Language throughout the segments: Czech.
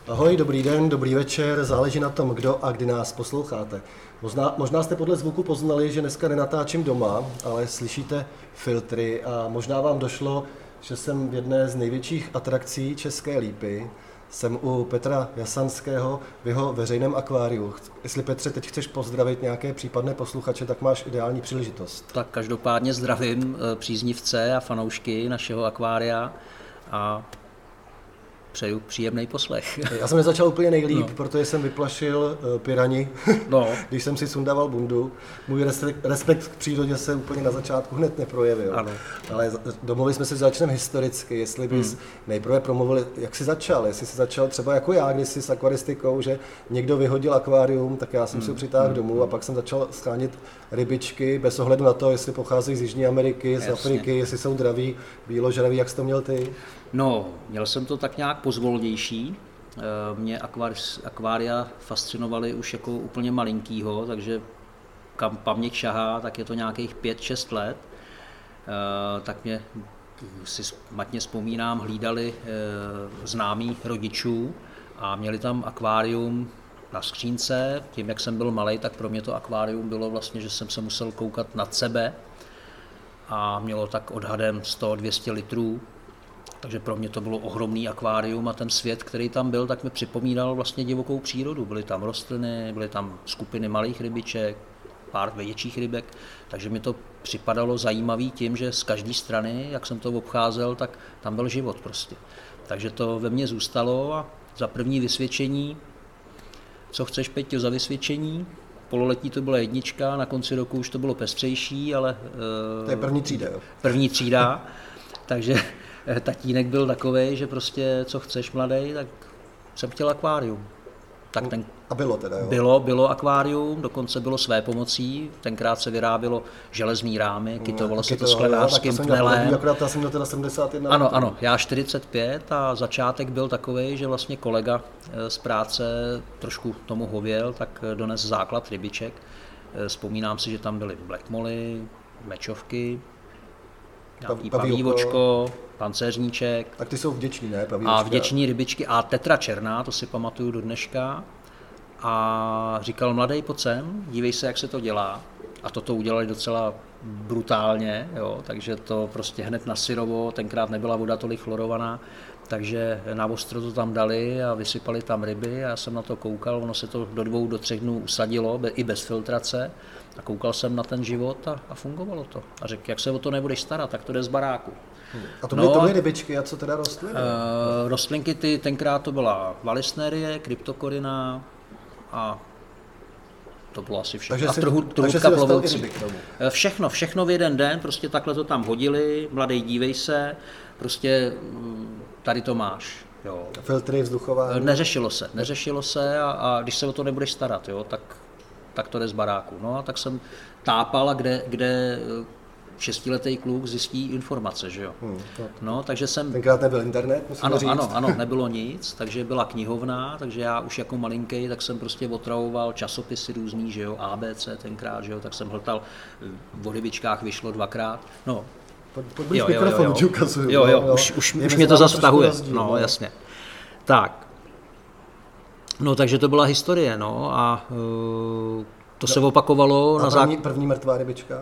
Ahoj, dobrý den, dobrý večer, záleží na tom, kdo a kdy nás posloucháte. Možná jste podle zvuku poznali, že dneska nenatáčím doma, ale slyšíte filtry a možná vám došlo, že jsem v jedné z největších atrakcí České Lípy. Jsem u Petra Jasanského v jeho veřejném akváriu. Jestli, Petře, teď chceš pozdravit nějaké případné posluchače, tak máš ideální příležitost. Tak každopádně zdravím příznivce a fanoušky našeho akvária a přeju příjemný poslech. Já jsem nezačal úplně nejlíp, protože jsem vyplašil pirani, když jsem si sundával bundu. Můj respekt k přírodě se úplně na začátku hned neprojevil. Ano. Ale domluvili jsme se, že začneme historicky, jestli bys nejprve promluvil, jak jsi začal, jestli jsi začal třeba jako já, když jsi s akvaristikou, že někdo vyhodil akvárium, tak já jsem si ho přitáhl domů a pak jsem začal schánit rybičky bez ohledu na to, jestli pocházejí z Jižní Ameriky, z Afriky, jestli jsou draví, bíložraví, jak jsi to měl ty? No, měl jsem to tak nějak pozvolnější. Mě akvária fascinovaly už jako úplně malinkýho, takže kam paměť šahá, tak je to nějakých 5-6 let. Tak mě si matně vzpomínám, hlídali známí rodičů a měli tam akvárium na skřínce. Tím, jak jsem byl malej, tak pro mě to akvárium bylo vlastně, že jsem se musel koukat nad sebe a mělo tak odhadem 100-200 litrů. Takže pro mě to bylo ohromný akvárium a ten svět, který tam byl, tak mi připomínal vlastně divokou přírodu. Byly tam rostliny, byly tam skupiny malých rybiček, pár větších rybek, takže mi to připadalo zajímavý tím, že z každé strany, jak jsem to obcházel, tak tam byl život prostě. Takže to ve mně zůstalo a za první vysvědčení, co chceš, Peťo, za vysvědčení? Pololetí to byla 1, na konci roku už to bylo pestřejší, ale... To je první třída, jo? První třída, takže tatínek byl takovej, že prostě co chceš, mladej, tak jsem chtěl akvárium. Tak a bylo teda, jo? Bylo akvárium, dokonce bylo své pomocí, tenkrát se vyrábělo železný rámy, kytovalo se to sklenářským tunelem. Akorát já jsem měl teda 71. Ano, já 45 a začátek byl takovej, že vlastně kolega z práce trošku tomu hověl, tak dones základ rybiček. Vzpomínám si, že tam byly blackmolly, mečovky, nějaký pavívočko, pancéřníček. Tak ty jsou vděční, ne? Pavívočka. A vděční rybičky a tetra černá, to si pamatuju do dneška. A říkal, mladej, pojď sem, dívej se, jak se to dělá. A toto udělali docela brutálně, jo, takže to prostě hned na syrovo, tenkrát nebyla voda tolik chlorovaná, takže na ostro to tam dali a vysypali tam ryby a já jsem na to koukal, ono se to do 2 do 3 dnů usadilo, i bez filtrace a koukal jsem na ten život a fungovalo to. A řekl, jak se o to nebudeš starat, tak to jde z baráku. A to byly rybičky, a co teda rostliny? Rostlinky tenkrát to byla valisnerie, kryptokorina a to bylo asi všechno. Takže truhůdka plovoucí. Všechno v jeden den, prostě takhle to tam hodili, mladej, dívej se, prostě tady to máš. Jo. Filtry, vzduchování? Neřešilo se a když se o to nebudeš starat, jo, tak to jde z baráku. No a tak jsem tápal, kde 6letý kluk zjistí informace, že jo. No, takže jsem... Tenkrát nebyl internet, musím říct. Ano, nebylo nic, takže byla knihovna, takže já už jako malinký, tak jsem prostě otravoval časopisy různý, že jo, ABC tenkrát, že jo, tak jsem hltal, v rybičkách vyšlo 2krát, no. Podblíž mikrofonu ti ukazuju. Jo, už mě to zase vtahuje, no, jasně. Tak, no, takže to byla historie, no, a to se opakovalo na základě... První mrtvá rybička?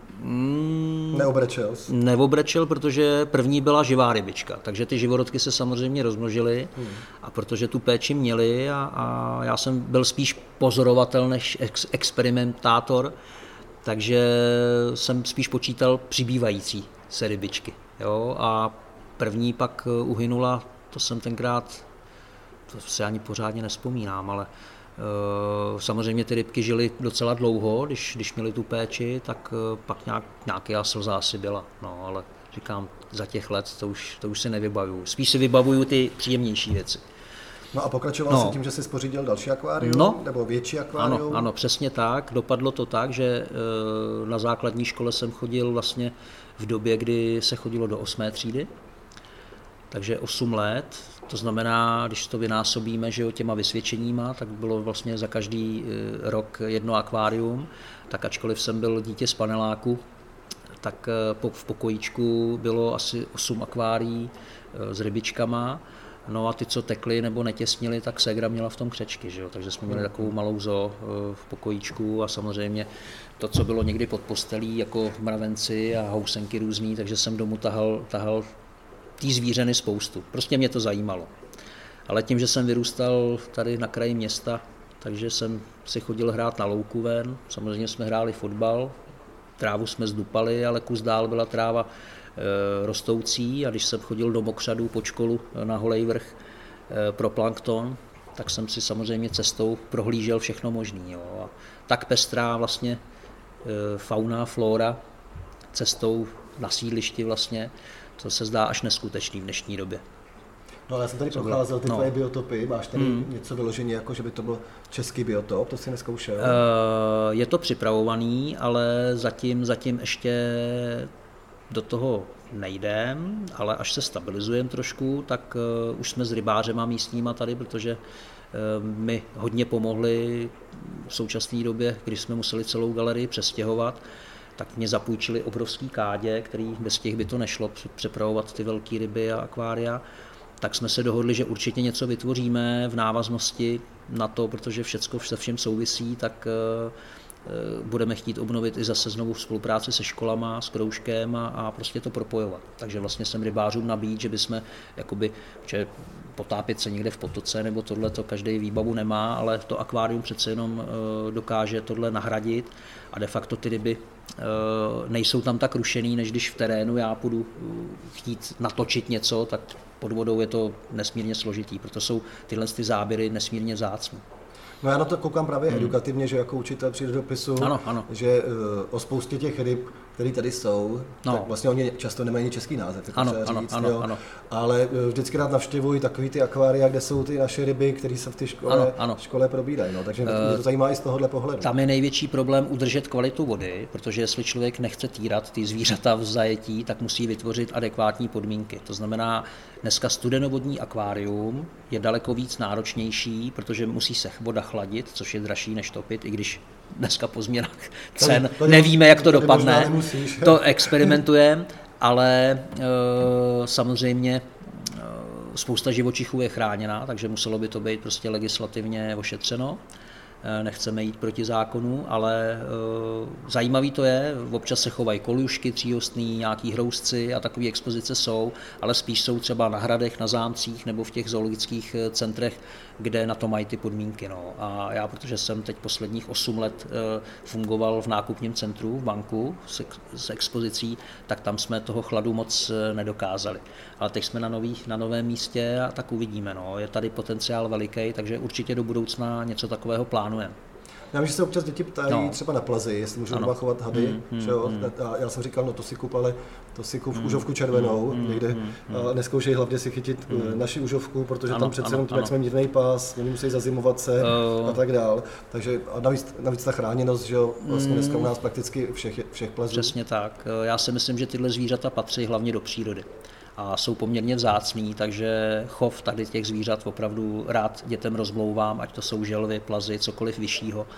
Neobrečel, protože první byla živá rybička, takže ty živorodky se samozřejmě rozmnožily a protože tu péči měli a já jsem byl spíš pozorovatel než experimentátor, takže jsem spíš počítal přibývající se rybičky. Jo? A první pak uhynula, to jsem tenkrát, to se ani pořádně nevzpomínám, ale samozřejmě ty rybky žily docela dlouho, když měly tu péči, tak pak nějaká slza asi byla, no, ale říkám, za těch let to už si nevybavuju. Spíš si vybavuju ty příjemnější věci. No a pokračoval jsi tím, že jsi pořídil další akvárium, nebo větší akvárium? Ano, přesně tak. Dopadlo to tak, že na základní škole jsem chodil vlastně v době, kdy se chodilo do 8. třídy, takže 8 let. To znamená, když to vynásobíme, že jo, těma vysvědčeníma, tak bylo vlastně za každý rok 1 akvárium, tak ačkoliv jsem byl dítě z paneláku, tak v pokojíčku bylo asi 8 akvárií s rybičkama No a ty, co tekli nebo netěsnili, tak ségra měla v tom křečky, že jo? Takže jsme měli takovou malou zoo v pokojíčku a samozřejmě to, co bylo někdy pod postelí, jako mravenci a housenky různý, takže jsem domů tahal tý zvířeny spoustu. Prostě mě to zajímalo. Ale tím, že jsem vyrůstal tady na kraji města, takže jsem si chodil hrát na louku ven, samozřejmě jsme hráli fotbal, trávu jsme zdupali, ale kus dál byla tráva rostoucí a když jsem chodil do mokřadů pod školu na Holej vrch pro plankton, tak jsem si samozřejmě cestou prohlížel všechno možný. Jo. A tak pestrá vlastně fauna, flora cestou na sídlišti vlastně, to se zdá až neskutečný v dnešní době. No ale já jsem tady procházel ty tvoje biotopy, máš tady něco vyložené, jako že by to byl český biotop, to si nezkoušel? Je to připravovaný, ale zatím ještě do toho nejdem, ale až se stabilizujeme trošku, tak už jsme s rybářema místníma tady, protože mi hodně pomohli v současné době, když jsme museli celou galerii přestěhovat, tak mě zapůjčili obrovský kádě, který bez těch by to nešlo přepravovat ty velké ryby a akvária. Tak jsme se dohodli, že určitě něco vytvoříme v návaznosti na to, protože všecko se všem souvisí, tak budeme chtít obnovit i zase znovu spolupráci se školama, s kroužkem a prostě to propojovat. Takže vlastně jsem rybářům nabít, že bychom jakoby, že potápět se někde v potoce nebo tohle to každý výbavu nemá, ale to akvárium přece jenom dokáže tohle nahradit a de facto ty ryby nejsou tam tak rušený, než když v terénu já půjdu chtít natočit něco, tak pod vodou je to nesmírně složitý, proto jsou tyhle záběry nesmírně vzácné. No já na to koukám právě edukativně, že jako učitel přírodopisu, ano. že o spoustě těch ryb, které tady jsou, tak vlastně oni často nemají ani český název, ano. Ale vždycky rád navštěvuji takový ty akvária, kde jsou ty naše ryby, které se v té škole probírají, no, takže mě to zajímá i z tohohle pohledu. Tam je největší problém udržet kvalitu vody, protože jestli člověk nechce týrat ty zvířata v zajetí, tak musí vytvořit adekvátní podmínky. To znamená, dneska studenovodní akvárium je daleko víc náročnější, protože musí se voda chladit, což je dražší než topit, i když dneska po změnách cen nevíme, jak to dopadne. To experimentujeme, ale samozřejmě spousta živočichů je chráněná, takže muselo by to být prostě legislativně ošetřeno. Nechceme jít proti zákonu, ale zajímavý to je, občas se chovají kolušky tříostný, nějaký hrouzci a takové expozice jsou, ale spíš jsou třeba na hradech, na zámcích nebo v těch zoologických centrech, kde na to mají ty podmínky. No. A já, protože jsem teď posledních 8 let fungoval v nákupním centru, v banku s expozicí, tak tam jsme toho chladu moc nedokázali. Ale teď jsme na novém místě a tak uvidíme. No. Je tady potenciál veliký, takže určitě do budoucna něco takového plánujeme. Já vím, že se občas děti ptají třeba na plazy, jestli můžou doma chovat hady. A já jsem říkal, no to si kup, ale to si kup užovku červenou, někde neskoušej hlavně si chytit naši užovku, protože tam přece jenom tím, jak jsme mírnej pás, oni musí zazimovat se a tak dál. Takže a navíc ta chráněnost, že jo, vlastně dneska u nás prakticky všech plazů. Přesně tak. Já si myslím, že tyhle zvířata patří hlavně do přírody a jsou poměrně vzácný, takže chov tady těch zvířat opravdu rád dětem rozmlouvám, ať to jsou želvy, plazy, cokoliv vyššího.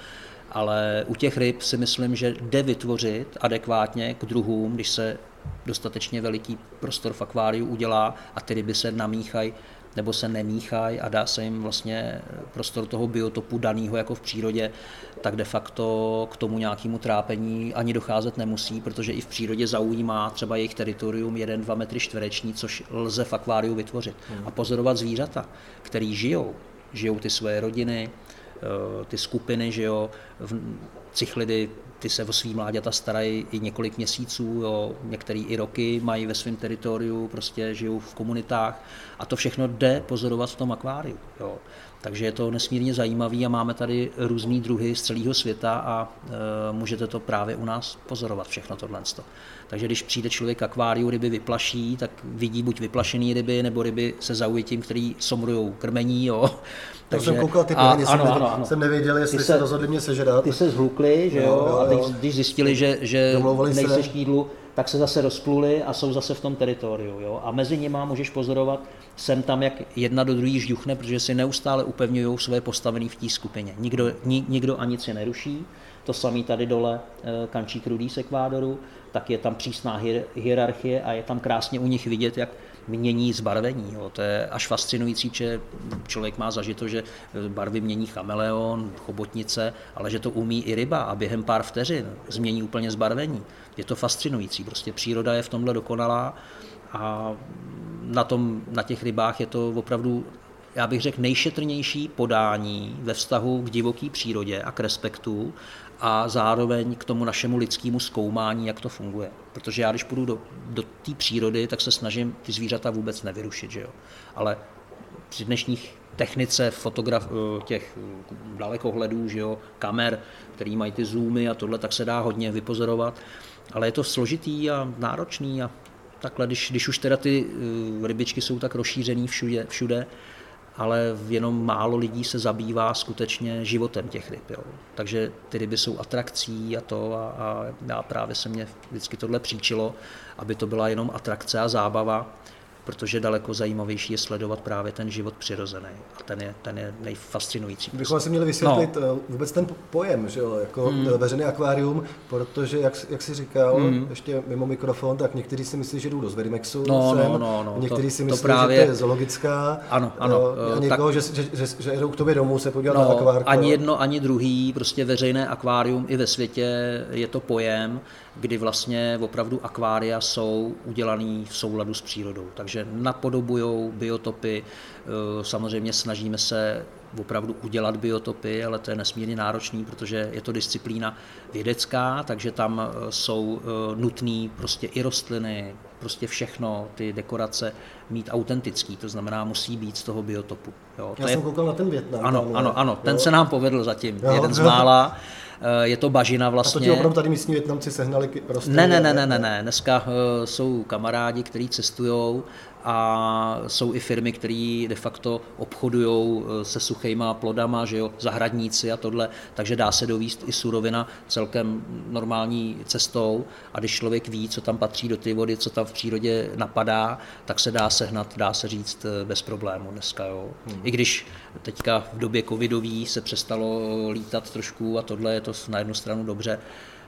Ale u těch ryb si myslím, že jde vytvořit adekvátně k druhům, když se dostatečně veliký prostor v akváriu udělá a ty ryby se namíchají nebo se nemíchají a dá se jim vlastně prostor toho biotopu daného jako v přírodě, tak de facto k tomu nějakému trápení ani docházet nemusí, protože i v přírodě zaujímá třeba jejich teritorium 1-2 metry čtvereční, což lze v akváriu vytvořit. A pozorovat zvířata, který žijou ty své rodiny, ty skupiny, že jo, cichlidy, ty se o svý mláďata starají i několik měsíců, jo, některý i roky mají ve svém teritoriu, prostě žijou v komunitách a to všechno jde pozorovat v tom akváriu. Jo. Takže je to nesmírně zajímavý a máme tady různý druhy z celého světa a můžete to právě u nás pozorovat všechno tohle. Takže když přijde člověk k akváriu, ryby vyplaší, tak vidí buď vyplašený ryby, nebo ryby se zaujetím, který somrujou krmení. Jo. Takže jsem koukal ty jsem nevěděl, jestli se rozhodli mě sežrat. Ty se zhlukli, že jo, a když zjistili, že nejseš k jídlu, tak se zase rozpluli a jsou zase v tom teritoriu. Jo? A mezi nimi můžeš pozorovat sem tam, jak jedna do druhé žduchne, protože si neustále upevňují své postavení v té skupině. Nikdo ani nic je neruší. To samé tady dole kančík rudý z Ekvádoru, tak je tam přísná hierarchie a je tam krásně u nich vidět, jak mění zbarvení. Jo. To je až fascinující, že člověk má zažito, že barvy mění chameleon, chobotnice, ale že to umí i ryba a během pár vteřin změní úplně zbarvení. Je to fascinující. Prostě příroda je v tomhle dokonalá a na těch rybách je to opravdu, já bych řekl, nejšetrnější podání ve vztahu k divoké přírodě a k respektu a zároveň k tomu našemu lidskému zkoumání, jak to funguje. Protože já, když půjdu do té přírody, tak se snažím ty zvířata vůbec nevyrušit. Že jo? Ale při dnešních technice těch dalekohledů, že jo, kamer, který mají ty zoomy a tohle, tak se dá hodně vypozorovat. Ale je to složitý a náročný a takhle, když už teda ty rybičky jsou tak rozšířený všude, ale jenom málo lidí se zabývá skutečně životem těch ryb. Jo. Takže ty ryby jsou atrakcí a právě se mně vždycky tohle příčilo, aby to byla jenom atrakce a zábava, protože daleko zajímavější je sledovat právě ten život přirozený. A ten je nejfascinující. Bychom asi měli vysvětlit vůbec ten pojem, že jo, jako veřejné akvárium, protože, jak jsi říkal, ještě mimo mikrofon, tak někteří si myslí, že jdou do Zverimexu, někteří si myslí, právě, že to je zoologická, ano, a někoho, že jdou k tobě domů se podívat na akvárko. Ani jedno, ani druhý, prostě veřejné akvárium i ve světě je to pojem, kdy vlastně opravdu akvária jsou udělaný v souladu s přírodou. Takže napodobujou biotopy, samozřejmě snažíme se opravdu udělat biotopy, ale to je nesmírně náročný, protože je to disciplína vědecká, takže tam jsou nutné prostě i rostliny, prostě všechno, ty dekorace mít autentický, to znamená musí být z toho biotopu. Jo, Já jsem koukal na ten Vietnam. Ano, ten se nám povedl zatím, jeden z mála. Je to bažina vlastně. A to ti opravdu tady místní Vietnamci sehnali rostliny? Ne. Dneska jsou kamarádi, kteří cestujou a jsou i firmy, které de facto obchodují se suchejma plodama, že jo, zahradníci a tohle, takže dá se dovízt i surovina celkem normální cestou a když člověk ví, co tam patří do té vody, co tam v přírodě napadá, tak se dá sehnat, dá se říct, bez problému dneska. Jo. I když teďka v době covidový se přestalo lítat trošku a tohle je to na jednu stranu dobře,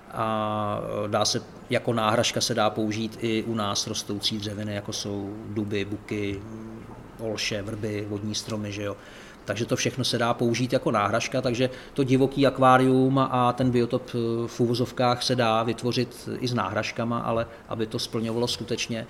a dá se, jako náhražka se dá použít i u nás rostoucí dřeviny, jako jsou duby, buky, olše, vrby, vodní stromy, že jo. Takže to všechno se dá použít jako náhražka, takže to divoký akvárium a ten biotop v uvozovkách se dá vytvořit i s náhražkama, ale aby to splňovalo skutečně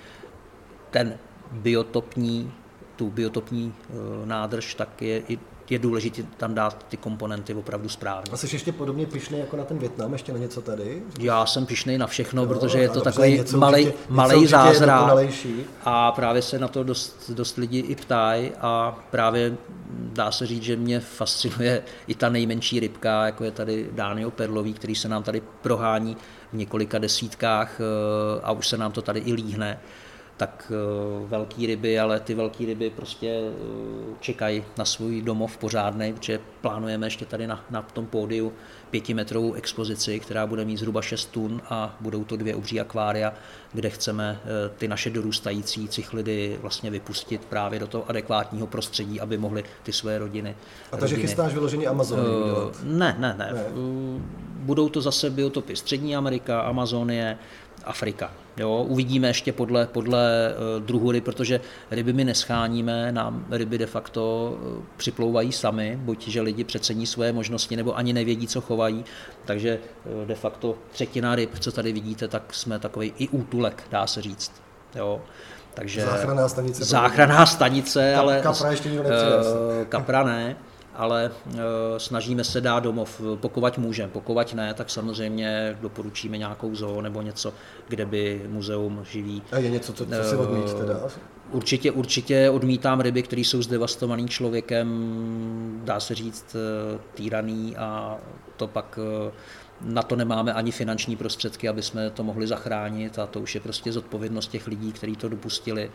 tu biotopní nádrž, tak je důležité tam dát ty komponenty opravdu správně. A jsi ještě podobně pyšný jako na ten Vietnam, ještě na něco tady? Já jsem pyšný na všechno, protože je to takový malej zázrak a právě se na to dost lidí i ptají a právě dá se říct, že mě fascinuje i ta nejmenší rybka, jako je tady Dánio perlový, který se nám tady prohání v několika desítkách a už se nám to tady i líhne. Tak velký ryby, ale ty velký ryby prostě čekají na svůj domov pořádnej, protože plánujeme ještě tady na tom pódiu 5metrovou expozici, která bude mít zhruba 6 tun a budou to 2 obří akvária, kde chceme ty naše dorůstající cichlidy vlastně vypustit právě do toho adekvátního prostředí, aby mohly ty své rodiny. A takže chystáš vyloženě Amazonii udělat? Ne. Budou to zase biotopy Střední Amerika, Amazonie, Afrika. Jo, uvidíme ještě podle druhu ryb, protože ryby my nescháníme, nám ryby de facto připlouvají sami, buď že lidi přecení své možnosti, nebo ani nevědí, co chovají, takže de facto 1/3 ryb, co tady vidíte, tak jsme takový i útulek, dá se říct. Jo. Takže záchranná stanice, ale kapra ještě nikdo nepřinesl. Kapra ne. Ale snažíme se dát domov, pokud můžeme, pokud ne, tak samozřejmě doporučíme nějakou zoo nebo něco, kde by muzeum živí. A je něco, co si odmít teda? Určitě odmítám ryby, které jsou zdevastovaný člověkem, dá se říct, týraný a to pak na to nemáme ani finanční prostředky, aby jsme to mohli zachránit a to už je prostě zodpovědnost těch lidí, kteří to dopustili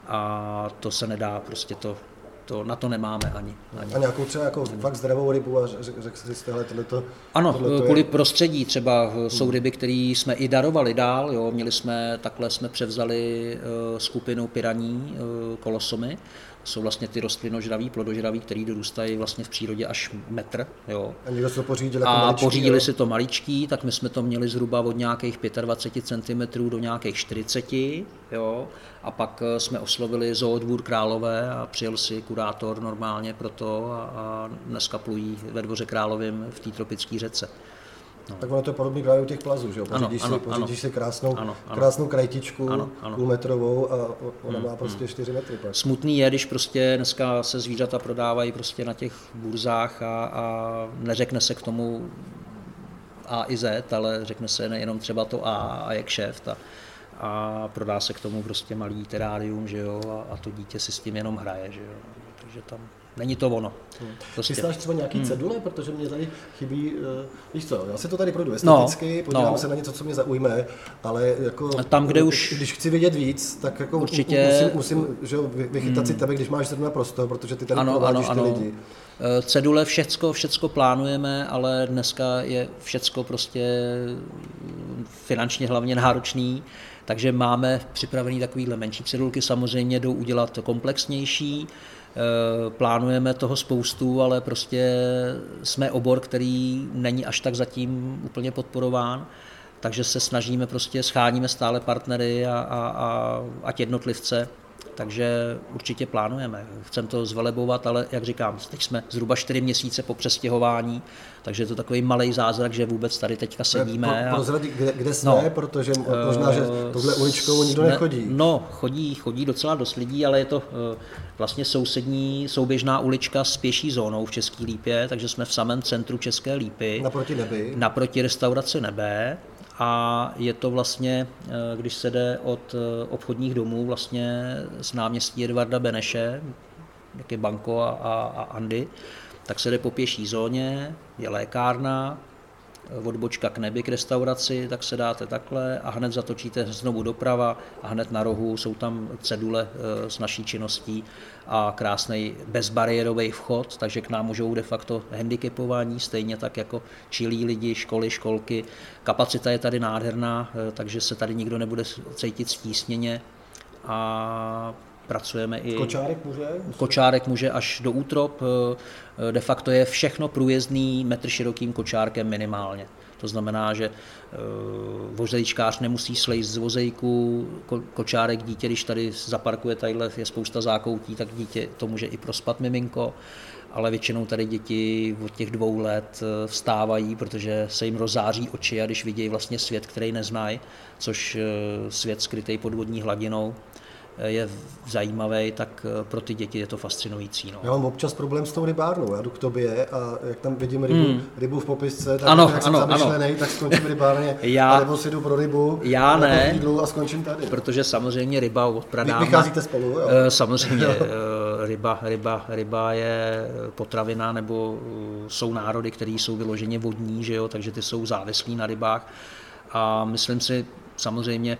a to se nedá, prostě na to nemáme ani. A nějakou třeba jako fakt zdravou rybu a řekl jsi z tohleto? Ano, kvůli prostředí třeba jsou ryby, které jsme i darovali dál, jo, takhle jsme převzali skupinu piraní, kolosomy, jsou vlastně ty rostlinožraví, plodožraví, který dorůstají vlastně v přírodě až metr. Jo. A někdo se to pořídil jako a maličký, pořídili si to maličký, tak my jsme to měli zhruba od nějakých 25 cm do nějakých 40. Jo. A pak jsme oslovili Zoodvůr Králové a přijel si kurátor normálně pro to a dneska plují ve Dvoře Královém v té tropické řece. No. Tak ono to je podobný právě u těch plazů, že jo? Pořídíš si krásnou krajtičku, půlmetrovou a ona má prostě 4 metry. Pak. Smutný je, když prostě dneska se zvířata prodávají prostě na těch burzách a neřekne se k tomu A i Z, ale řekne se nejenom třeba to A je kšeft a prodá se k tomu prostě malý terárium, že jo, a to dítě si s tím jenom hraje, že jo. Takže tam není to ono. Prostě. Chystáš třeba nějaký cedule, protože mě tady chybí, víš co, já si to tady projdu esteticky, podívám se na něco, co mě zaujme, ale jako, tam, kde už... když chci vědět víc, tak jako určitě... musím že vychytat si tebe, když máš zrovna prostor, protože ty tady provádíš ty lidi. Cedule, všecko plánujeme, ale dneska je všecko prostě finančně hlavně náročný, takže máme připravený takovýhle menší cedulky, samozřejmě jdou udělat komplexnější, plánujeme toho spoustu, ale prostě jsme obor, který není až tak zatím úplně podporován, takže se snažíme prostě, scháníme stále partnery a ať jednotlivce, takže určitě plánujeme. Chceme to zvelebovat, ale jak říkám, teď jsme zhruba 4 měsíce po přestěhování, takže je to takový malej zázrak, že vůbec tady teďka sedíme. Prozradí, kde jsme, protože možná, že tohle uličkou nikdo nechodí. No, chodí docela dost lidí, ale je to vlastně souběžná ulička s pěší zónou v České Lípě, takže jsme v samém centru České Lípy. Naproti Nebi. Naproti restauraci Nebe. A je to vlastně, když se jde od obchodních domů vlastně z náměstí Edvarda Beneše, jak je Banko a Andy, tak se jde po pěší zóně, je lékárna, odbočka k Nebi k restauraci, tak se dáte takhle a hned zatočíte znovu doprava a hned na rohu jsou tam cedule s naší činností a krásný bezbariérový vchod, takže k nám můžou de facto handicapovaní, stejně tak jako čilí lidi, školy, školky. Kapacita je tady nádherná, takže se tady nikdo nebude cítit stísněně a pracujeme i... Kočárek může? Kočárek může až do útrop, de facto je všechno průjezdný metr širokým kočárkem minimálně. To znamená, že vozejčkář nemusí slejzt z vozejku, kočárek dítě, když tady zaparkuje, tadyhle je spousta zákoutí, tak dítě to může i prospat miminko, ale většinou tady děti od těch 2 let vstávají, protože se jim rozzáří oči a když vidějí vlastně svět, který neznají, což svět skrytý pod vodní hladinou, je zajímavý, tak pro ty děti je to fascinující. No. Já mám občas problém s tou rybárnou. Já jdu k tobě a jak tam vidím rybu v popisce, tak jak jsem zamyšlenej, tak skončím v rybárně, nebo si jdu pro rybu, já ne, jídlu a skončím tady. Protože samozřejmě ryba od pradáma... Vycházíte spolu, jo? Samozřejmě, ryba je potravina, nebo jsou národy, které jsou vyloženě vodní, že jo, takže ty jsou závislí na rybách. A myslím si, samozřejmě,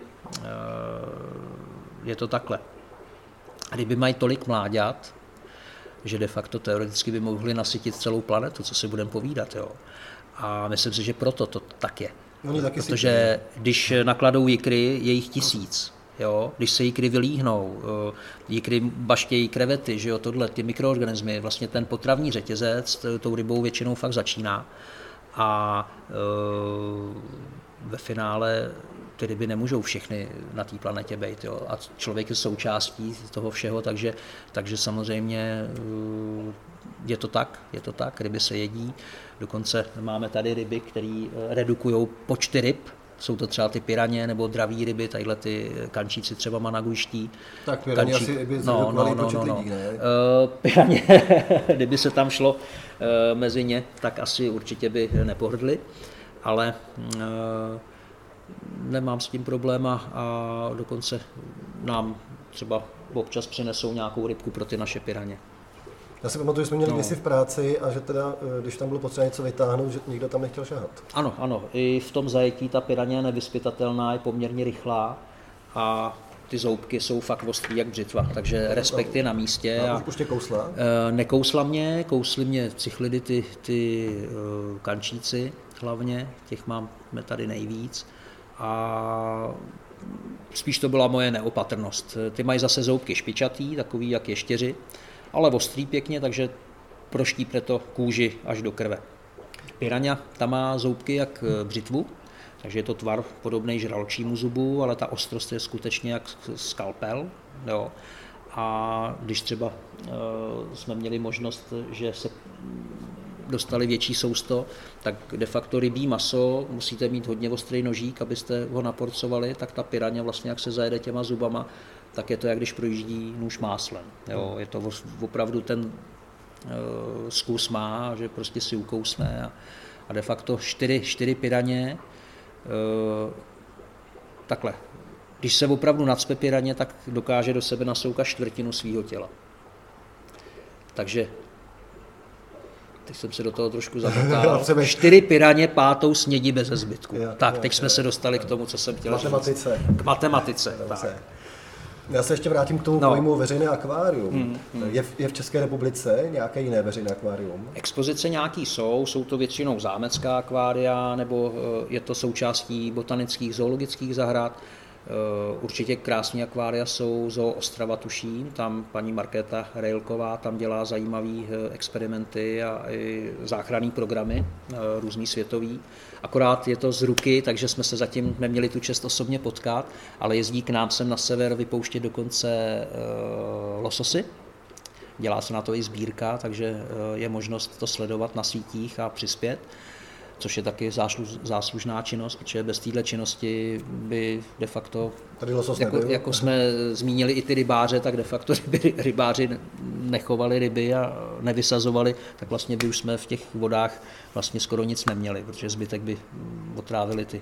je to takhle. Ryby mají tolik mláďat, že de facto teoreticky by mohli nasytit celou planetu, co si budeme povídat. Jo. A myslím si, že proto to tak je. Protože když nakladou jikry, je jich 1000. Jo. Když se jikry vylíhnou, jikry baštějí krevety, že jo, tohle, ty mikroorganismy, vlastně ten potravní řetězec tou rybou většinou fakt začíná. A ve finále ty ryby nemůžou všechny na té planetě být. Jo. A člověk je součástí toho všeho, takže samozřejmě je to tak, ryby se jedí. Dokonce máme tady ryby, které redukují počty ryb. Jsou to třeba ty piraně nebo draví ryby, tadyhle ty kančíci třeba managuští. Tak piraně asi by zredukovali počet lidí, ne? Piraně, kdyby se tam šlo mezi ně, tak asi určitě by nepohrdli, ale nemám s tím problém a dokonce nám třeba občas přinesou nějakou rybku pro ty naše piraně. Já si pamatuju, že jsme měli kdysi v práci a že teda, když tam bylo potřeba něco vytáhnout, že nikdo tam nechtěl šahat. Ano, i v tom zajetí ta piraně je nevyzpytatelná, je poměrně rychlá a ty zoubky jsou fakt ostrý jak břitva, takže respekt je na místě. A už tě kousla? Nekousla mě, kously mě cichlidy, ty kančíci hlavně, těch máme tady nejvíc. A spíš to byla moje neopatrnost. Ty mají zase zoubky špičatý, takový jak ještěři, ale ostrý pěkně, takže proštípne to kůži až do krve. Piranha, ta má zoubky jak břitvu, takže je to tvar podobný žraločímu zubu, ale ta ostrost je skutečně jak skalpel. Jo. A když třeba jsme měli možnost, že se dostali větší sousto, tak de facto rybí maso, musíte mít hodně ostrý nožík, abyste ho naporcovali, tak ta piranha vlastně, jak se zajede těma zubama, tak je to, jak když projíždí nůž máslem. Jo. Je to opravdu ten zkus má, že prostě si ukousne a de facto 4 piraně takhle. Když se opravdu nacpe piraně, tak dokáže do sebe nasoukat čtvrtinu svého těla. Takže teď jsem se do toho trošku zamotal. 4 piraně pátou snědí bez zbytku. Tak, teď jsme se dostali k tomu, co jsem chtěl říct. K matematice. Tak. Já se ještě vrátím k tomu pojmu veřejné akvárium. Je v České republice nějaké jiné veřejné akvárium? Expozice nějaký jsou to většinou zámecká akvária, nebo je to součástí botanických zoologických zahrad. Určitě krásní akvária jsou Zoo Ostrava, tuším, tam paní Markéta Rejlková tam dělá zajímavé experimenty a i záchranné programy, různý světový. Akorát je to z ruky, takže jsme se zatím neměli tu čest osobně potkat, ale jezdí k nám sem na sever vypouštět dokonce lososy. Dělá se na to i sbírka, takže je možnost to sledovat na sítích a přispět, což je taky záslužná činnost, protože bez téhle činnosti by de facto, jako jsme zmínili i ty rybáře, tak de facto rybáři nechovali ryby a nevysazovali, tak vlastně by už jsme v těch vodách vlastně skoro nic neměli, protože zbytek by otrávili ty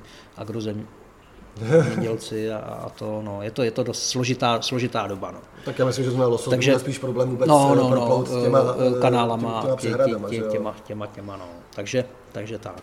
agrozemědělci a to, no, je to dost složitá doba. No. Tak já myslím, že jsme losos, takže spíš problém vůbec proplout s těma kanálama, těma, no. Takže tak.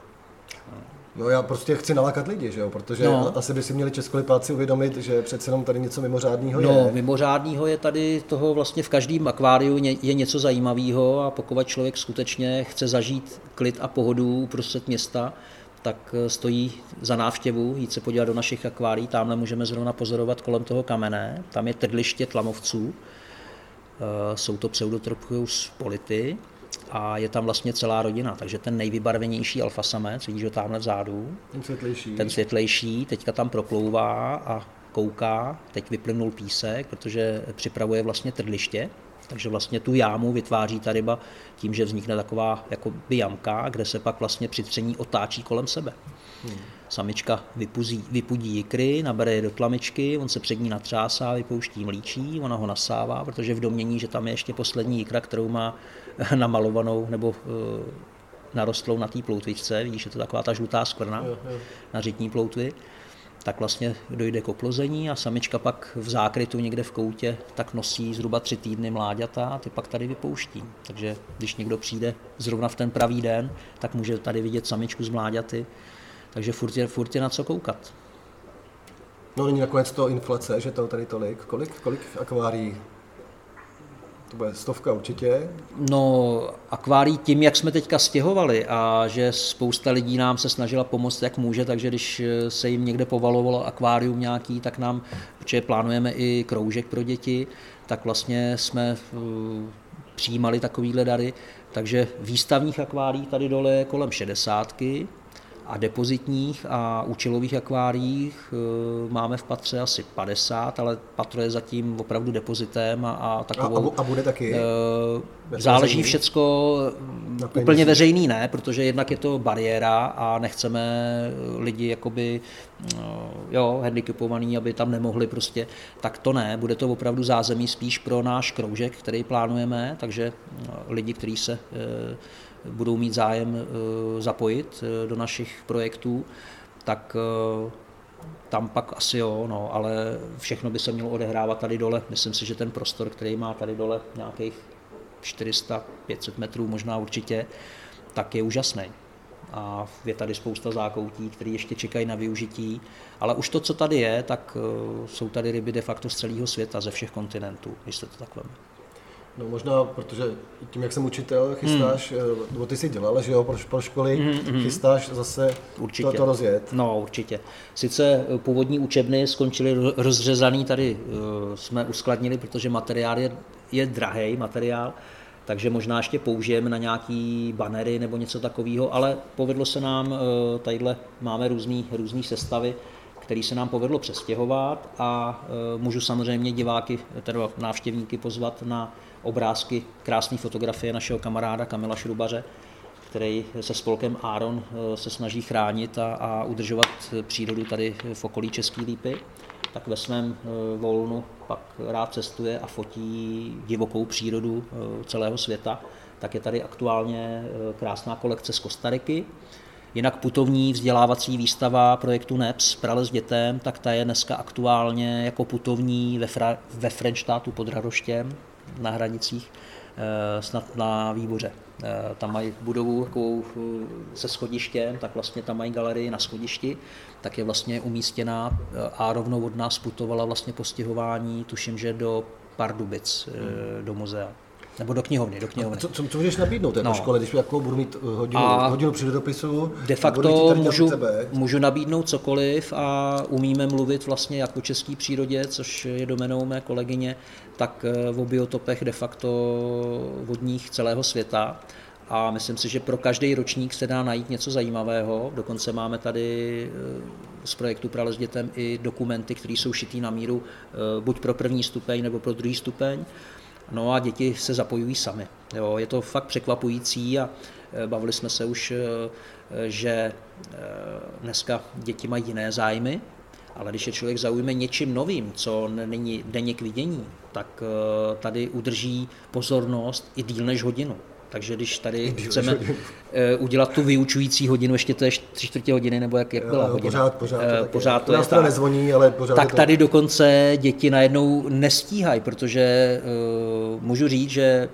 No já prostě chci nalákat lidi, že jo, protože asi by si měli českolipáci uvědomit, že přece jenom tady něco mimořádného je. No, mimořádného je tady toho vlastně v každém akváriu je něco zajímavého a pokud člověk skutečně chce zažít klid a pohodu uprostřed města, tak stojí za návštěvu jít se podívat do našich akvárií. Tamhle můžeme zrovna pozorovat kolem toho kamene, tam je trliště tlamovců, jsou to Pseudotropius polity a je tam vlastně celá rodina, takže ten nejvybarvenější alfasamec, vidíš ho tamhle vzadu, ten světlejší, teďka tam proplouvá a kouká, teď vyplynul písek, protože připravuje vlastně trliště, takže vlastně tu jámu vytváří ta ryba tím, že vznikne taková jakoby jamka, kde se pak vlastně při tření otáčí kolem sebe. Samička vypudí jikry, nabere je do tlamičky, on se před ní natřásá, vypouští mlíčí, ona ho nasává, protože v domnění, že tam je ještě poslední jikra, kterou má namalovanou nebo narostlou na té ploutvičce, vidíš, je to taková ta žlutá skvrna na řitní ploutvy, tak vlastně dojde k oplození a samička pak v zákrytu někde v koutě tak nosí zhruba 3 týdny mláďata a ty pak tady vypouští. Takže když někdo přijde zrovna v ten pravý den, tak může tady vidět samičku z mláďaty, takže furt je na co koukat. No není nakonec to inflace, že to tady tolik. Kolik akvárií? To bude 100 určitě. No, akvárií tím, jak jsme teďka stěhovali a že spousta lidí nám se snažila pomoct, jak může, takže když se jim někde povalovalo akvárium nějaký, tak nám, protože plánujeme i kroužek pro děti, tak vlastně jsme přijímali takovýhle dary, takže výstavních akvárií tady dole je kolem 60 a depozitních a účelových akváriích máme v patře asi 50, ale patro je zatím opravdu depozitem a takovou... A bude taky? Záleží všecko, úplně veřejný ne, protože jednak je to bariéra a nechceme lidi jakoby, handicapovaný, aby tam nemohli prostě, tak to ne, bude to opravdu zázemí spíš pro náš kroužek, který plánujeme, takže lidi, kteří se budou mít zájem zapojit do našich projektů, tak tam pak asi ale všechno by se mělo odehrávat tady dole. Myslím si, že ten prostor, který má tady dole nějakých 400-500 metrů možná určitě, tak je úžasný. A je tady spousta zákoutí, které ještě čekají na využití, ale už to, co tady je, tak jsou tady ryby de facto z celého světa, ze všech kontinentů, když se to takhle. No možná, protože tím, jak jsem učitel, chystáš, nebo ty jsi dělal, že jo, pro školy, chystáš zase to rozjet. No, určitě. Sice původní učebny skončily rozřezaný, tady jsme uskladnili, protože materiál je drahý materiál, takže možná ještě použijeme na nějaký banery nebo něco takového, ale povedlo se nám, tadyhle máme různý sestavy, který se nám povedlo přestěhovat a můžu samozřejmě diváky, teda návštěvníky pozvat na obrázky, krásné fotografie našeho kamaráda Kamila Šrubaře, který se spolkem Áron se snaží chránit a udržovat přírodu tady v okolí České Lípy. Tak ve svém volnu pak rád cestuje a fotí divokou přírodu celého světa. Tak je tady aktuálně krásná kolekce z Kostariky. Jinak putovní vzdělávací výstava projektu NEPS Prales dětem, tak ta je dneska aktuálně jako putovní ve Frenštátu pod Radoštěm na hranicích, snad na Výboře. Tam mají budovu takovou se schodištěm, tak vlastně tam mají galerii na schodišti, tak je vlastně umístěná a rovnou od nás putovala vlastně po stěhování, tuším, že do Pardubic, do muzea. Nebo do knihovny. Co můžeš nabídnout této škole, když jako budu mít hodinu přírodopisu? De facto můžu nabídnout cokoliv a umíme mluvit vlastně jak o české přírodě, což je domenou mé kolegyně, tak o biotopech de facto vodních celého světa. A myslím si, že pro každý ročník se dá najít něco zajímavého. Dokonce máme tady z projektu Prales dětem i dokumenty, které jsou šitý na míru buď pro první stupeň nebo pro druhý stupeň. No a děti se zapojují sami. Jo, je to fakt překvapující a bavili jsme se už, že dneska děti mají jiné zájmy, ale když je člověk zaujme něčím novým, co není denně k vidění, tak tady udrží pozornost i díl než hodinu. Takže když tady chceme udělat tu vyučující hodinu, ještě to je 3/4 hodiny, nebo jak byla hodina? Pořád to je tak. Nezvoní, ale pořád tak tady dokonce děti najednou nestíhají, protože můžu říct, že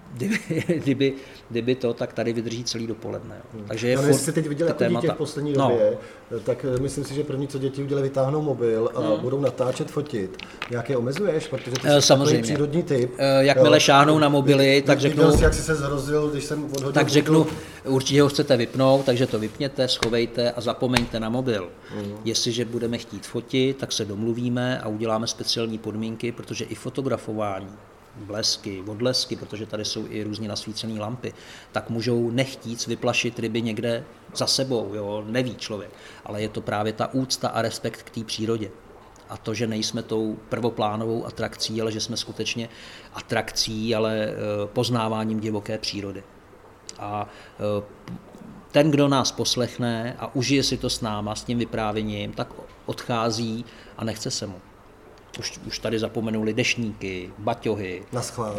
kdyby to, tak tady vydrží celý dopoledne. Takže je jestli teď viděl jako dítě v poslední době, tak myslím si, že první, co děti udělají, vytáhnou mobil a budou natáčet, fotit. Jak je omezuješ, protože ty jsi takový přírodní typ. Jakmile šáhnou na mobily, tak řeknu... Jak jsi se zhrozil, když jsem odhodil... Tak řeknu, určitě ho chcete vypnout, takže to vypněte, schovejte a zapomeňte na mobil. Jestliže budeme chtít fotit, tak se domluvíme a uděláme speciální podmínky, protože i fotografování, blesky, odlesky, protože tady jsou i různě nasvícené lampy, tak můžou nechtít vyplašit ryby někde za sebou, jo, neví člověk. Ale je to právě ta úcta a respekt k té přírodě. A to, že nejsme tou prvoplánovou atrakcí, ale že jsme skutečně atrakcí, ale poznáváním divoké přírody. A ten, kdo nás poslechne a užije si to s náma, s tím vyprávěním, tak odchází a nechce se mu. Už tady zapomenuli deštníky, baťohy. Naschvál.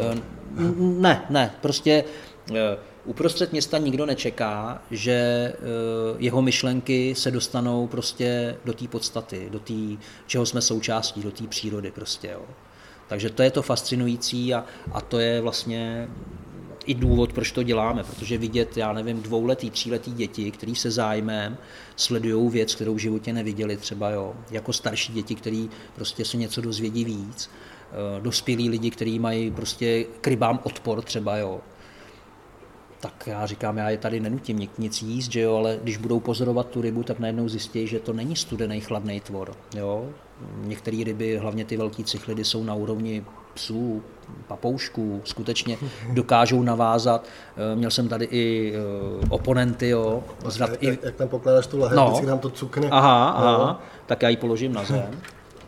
Ne, prostě uprostřed města nikdo nečeká, že jeho myšlenky se dostanou prostě do té podstaty, do té, čeho jsme součástí, do té přírody prostě, jo. Takže to je to fascinující a to je vlastně i důvod, proč to děláme, protože vidět, já nevím, 2letý, 3letý děti, který se zájmem sledují věc, kterou v životě neviděli třeba, jo, jako starší děti, který prostě se něco dozvědí víc, dospělí lidi, kteří mají prostě k rybám odpor třeba, jo. Tak já říkám, já je tady nenutím nic jíst, že jo, ale když budou pozorovat tu rybu, tak najednou zjistí, že to není studený chladný tvor, jo. Některé ryby, hlavně ty velký cichlidy, jsou na úrovni psů, papoušků, skutečně dokážou navázat. Měl jsem tady i oponenty, jo. Jak tam pokládáš tu lahev, vždycky nám to cukne. Aha, tak já ji položím na zem.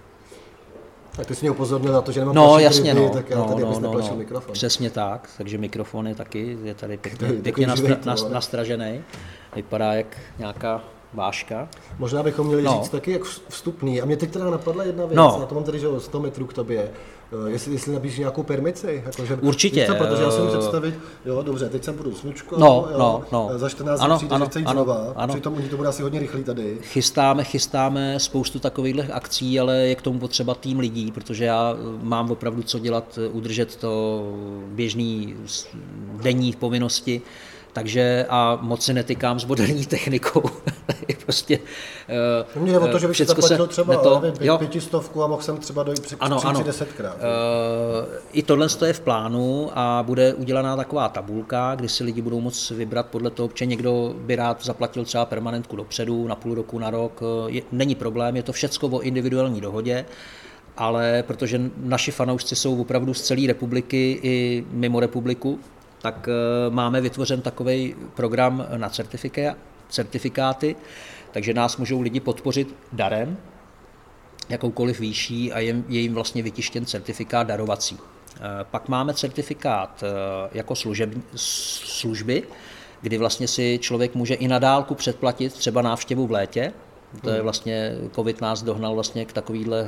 Tak ty jsi mě upozornil na to, že nemám jasně, ryby, tak já tady neplašil mikrofon. Přesně tak, takže mikrofon je taky, je tady pěkně nastražený. Vypadá jak nějaká váška. Možná bychom měli říct taky jak vstupný. A mě teď teda napadla jedna věc, na to mám tady, že 100 metrů k tobě. Jestli nabízíš nějakou permici. Jakože, určitě. Co, protože já jsem představit, jo, dobře, teď jsem budu slučko, za 14 dní přijde, že chce jít znova, přitom oni to bude asi hodně rychlý tady. Chystáme spoustu takových akcí, ale je k tomu potřeba tým lidí, protože já mám opravdu co dělat, udržet to běžný denní povinnosti. Takže a moc se netykám s moderní technikou. prostě, Mně jde o to, že bych si zaplatil třeba 500 a mohl jsem třeba dojít při 10krát. I tohle je v plánu a bude udělaná taková tabulka, kdy si lidi budou moct vybrat podle toho, že někdo by rád zaplatil třeba permanentku dopředu, na půl roku, na rok. Není problém, je to všecko o individuální dohodě, ale protože naši fanoušci jsou opravdu z celé republiky i mimo republiku, tak máme vytvořen takový program na certifikáty, takže nás můžou lidi podpořit darem, jakoukoliv výší a je jim vlastně vytištěn certifikát darovací. Pak máme certifikát jako služby, kdy vlastně si člověk může i na dálku předplatit třeba návštěvu v létě. To je vlastně, covid nás dohnal vlastně k takovýhle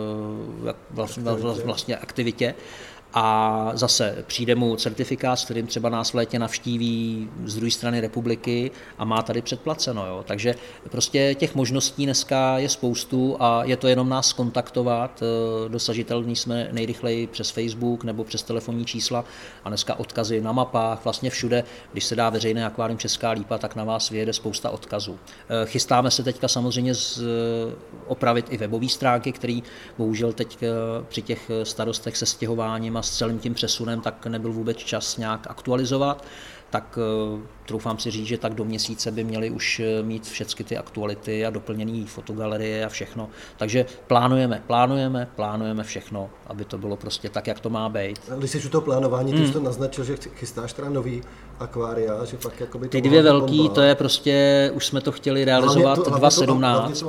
vlastně aktivitě. A zase přijde mu certifikát, s kterým třeba nás v létě navštíví z druhé strany republiky a má tady předplaceno. Jo. Takže prostě těch možností dneska je spoustu a je to jenom nás kontaktovat. Dosažitelní jsme nejrychleji přes Facebook nebo přes telefonní čísla a dneska odkazy na mapách, vlastně všude, když se dá veřejné akvárium Česká Lípa, tak na vás vyjede spousta odkazů. Chystáme se teďka samozřejmě opravit i webové stránky, které bohužel teď při těch starostech se stěhováním a s celým tím přesunem tak nebyl vůbec čas nějak aktualizovat, tak troufám si říct, že tak do měsíce by měli už mít všechny ty aktuality a doplněné fotogalerie a všechno. Takže plánujeme všechno, aby to bylo prostě tak, jak to má být. Když jsi u toho plánování, ty jsi to naznačil, že chystáš teda nový akvária, že fakt jakoby to ty dvě velký, bomba. To je prostě, už jsme to chtěli realizovat 2017.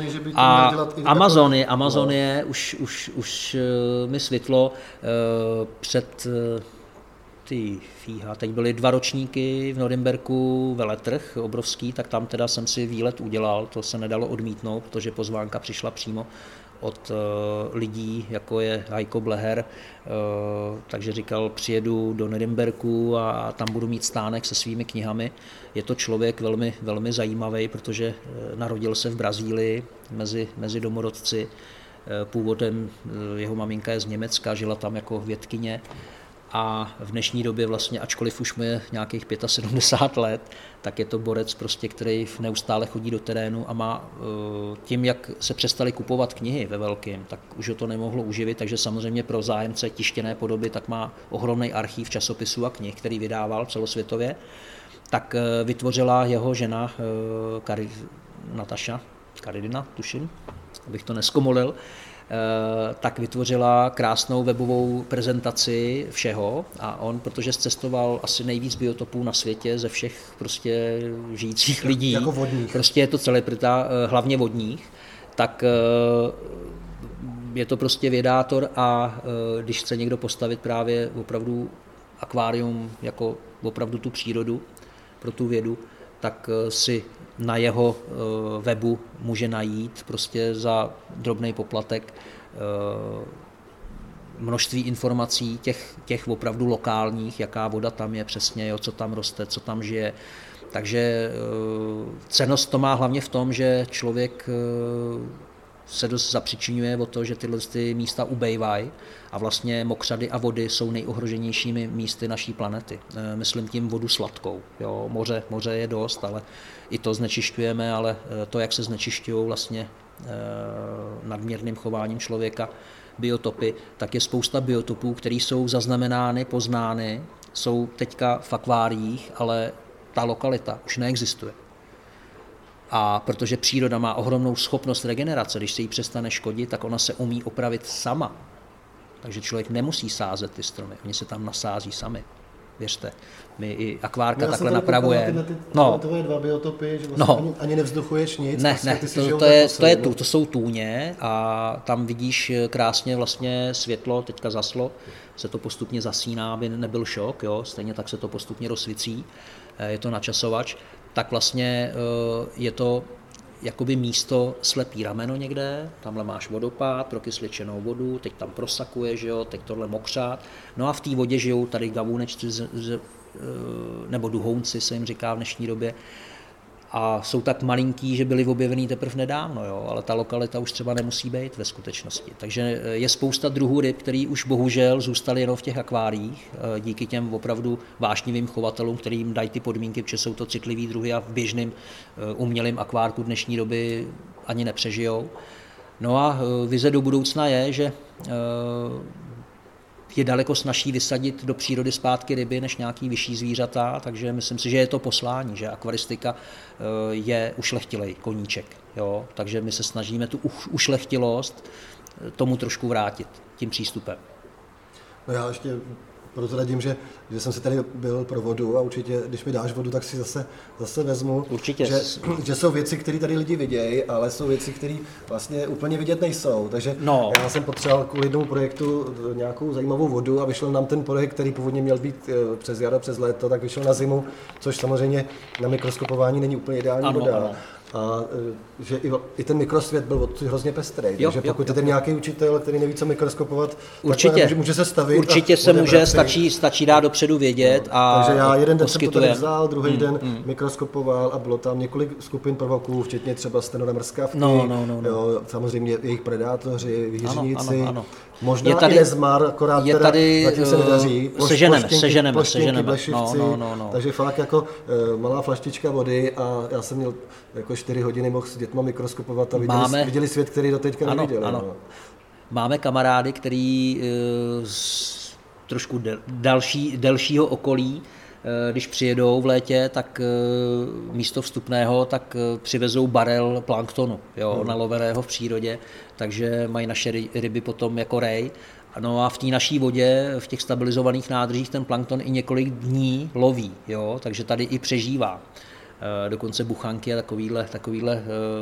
Amazonie už mi svitlo před teď byly 2 ročníky v Norimberku veletrh obrovský, tak tam teda jsem si výlet udělal, to se nedalo odmítnout, protože pozvánka přišla přímo od lidí, jako je Heiko Bleher, takže říkal, přijedu do Norimberku a tam budu mít stánek se svými knihami. Je to člověk velmi, velmi zajímavý, protože narodil se v Brazílii mezi domorodci, původem jeho maminka je z Německa, žila tam jako vědkyně. A v dnešní době vlastně, ačkoliv už mu je nějakých 75 let, tak je to borec, prostě, který neustále chodí do terénu a má tím, jak se přestali kupovat knihy ve velkém, tak už ho to nemohlo uživit, takže samozřejmě pro zájemce tištěné podoby tak má ohromný archív časopisů a knih, který vydával celosvětově. Tak vytvořila jeho žena Nataša Karidina, tuším, abych to neskomolil, tak vytvořila krásnou webovou prezentaci všeho a on, protože zcestoval asi nejvíc biotopů na světě ze všech prostě žijících lidí, jako vodních. Prostě je to celebrita, hlavně vodních, tak je to prostě vědátor a když chce někdo postavit právě opravdu akvárium jako opravdu tu přírodu pro tu vědu, tak si na jeho webu může najít prostě za drobný poplatek množství informací těch opravdu lokálních, jaká voda tam je přesně, jo, co tam roste, co tam žije. Takže cennost to má hlavně v tom, že člověk se dost zapřičňuje o to, že tyhle místa ubejvají a vlastně mokřady a vody jsou nejohroženějšími místy naší planety. Myslím tím vodu sladkou. Jo, moře je dost, ale i to znečišťujeme, ale to, jak se znečišťují vlastně nadměrným chováním člověka biotopy, tak je spousta biotopů, které jsou zaznamenány, poznány, jsou teďka v akváriích, ale ta lokalita už neexistuje. A protože příroda má ohromnou schopnost regenerace, když se jí přestane škodit, tak ona se umí opravit sama. Takže člověk nemusí sázet ty stromy, oni se tam nasází sami. Věřte, my i akvárka takhle napravujeme. No, tvoje 2 biotopy, že vlastně ani nevzduchuješ nic. Ne, to jsou tůně a tam vidíš krásně vlastně světlo, teďka zaslo, se to postupně zasíná, aby nebyl šok, jo? Stejně tak se to postupně rozsvící, je to načasovač. Tak vlastně je to jakoby místo slepý rameno někde, tamhle máš vodopád, prokysličenou vodu, teď tam prosakuje, že jo, teď tohle mokřát. No a v té vodě žijou tady gavůnečci nebo duhounci se jim říká v dnešní době. a jsou tak malinký, že byly objevený teprve nedávno, jo, ale ta lokalita už třeba nemusí být ve skutečnosti. Takže je spousta druhů ryb, který už bohužel zůstaly jenom v těch akváriích, díky těm opravdu vášnivým chovatelům, který jim dají ty podmínky, protože jsou to citlivý druhy a v běžném umělém akvárku dnešní doby ani nepřežijou. No a vize do budoucna je, že je daleko snazší vysadit do přírody zpátky ryby než nějaký vyšší zvířata, takže myslím si, že je to poslání, že akvaristika je ušlechtilej koníček. Jo? Takže my se snažíme tu ušlechtilost tomu trošku vrátit tím přístupem. No já ještě prozradím, že jsem si tady byl pro vodu a určitě, když mi dáš vodu, tak si zase vezmu. Určitě. Že jsou věci, které tady lidi vidějí, ale jsou věci, které vlastně úplně vidět nejsou. Takže já jsem potřeboval kvůli jednomu projektu nějakou zajímavou vodu a vyšel nám ten projekt, který původně měl být přes jaro, přes léto, tak vyšel na zimu, což samozřejmě na mikroskopování není úplně ideální voda. Ano. A že i ten mikrosvět byl hrozně pestrý, takže pokud je ten nějaký učitel, který neví, co mikroskopovat, tak může se stavit. Určitě se může, stačí dát dopředu vědět a takže já jeden den jsem to tady vzal, druhý den mikroskopoval a bylo tam několik skupin prvoků, včetně třeba stenonemrskavky, jo, samozřejmě jejich predátoři, výhřníci, možná i nezmar, akorát zatím se nedaří, seženeme, blešivci, takže fakt jako malá flaštička vody a já jsem měl jako 4 hodiny mohl s dětma mikroskopovat a viděli svět, který doteďka neviděli. Ano. Máme kamarády, který z trošku delšího okolí, když přijedou v létě, tak místo vstupného tak přivezou barel planktonu, naloveného v přírodě, takže mají naše ryby potom jako rej. No a v té naší vodě, v těch stabilizovaných nádržích, ten plankton i několik dní loví, takže tady i přežívá. Dokonce buchanky a takovýhle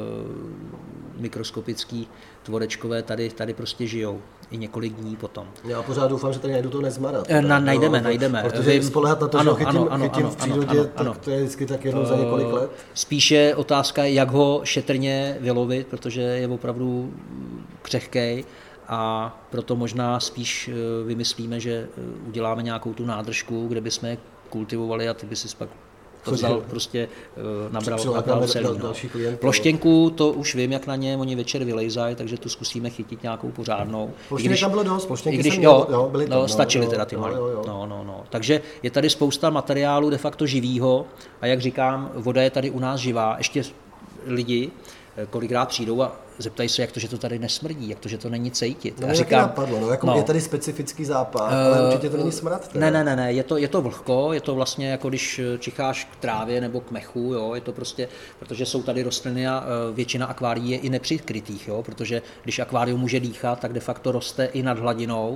mikroskopický tvorečkové tady prostě žijou i několik dní potom. Já pořád doufám, že tady najdu to nezmara. Najdeme. Protože spoléhat na to, že chytím v přírodě, tak to je vždycky tak jednou za několik let. Spíše otázka, jak ho šetrně vylovit, protože je opravdu křehkej. A proto možná spíš vymyslíme, že uděláme nějakou tu nádržku, kde bychom je kultivovali a ty by si pak to vzal, prostě nabral celý. Ploštěnku, to už vím, jak na ně oni večer vylejzají, takže tu zkusíme chytit nějakou pořádnou. Ploštěnek tam bylo dost, ploštěnky byly tam. Stačily teda ty malé. Takže je tady spousta materiálu de facto živýho a jak říkám, voda je tady u nás živá. Ještě lidi kolikrát přijdou a zeptají se, jak to, že to tady nesmrdí, jak to, že to není cejtit. No, říkám, napadlo, je tady specifický zápach, ale určitě to není smrad. Ne, je to vlhko, je to vlastně jako když čicháš k trávě nebo k mechu, je to prostě, protože jsou tady rostliny a většina akvárií je i nepřikrytých, protože když akvárium může dýchat, tak de facto roste i nad hladinou.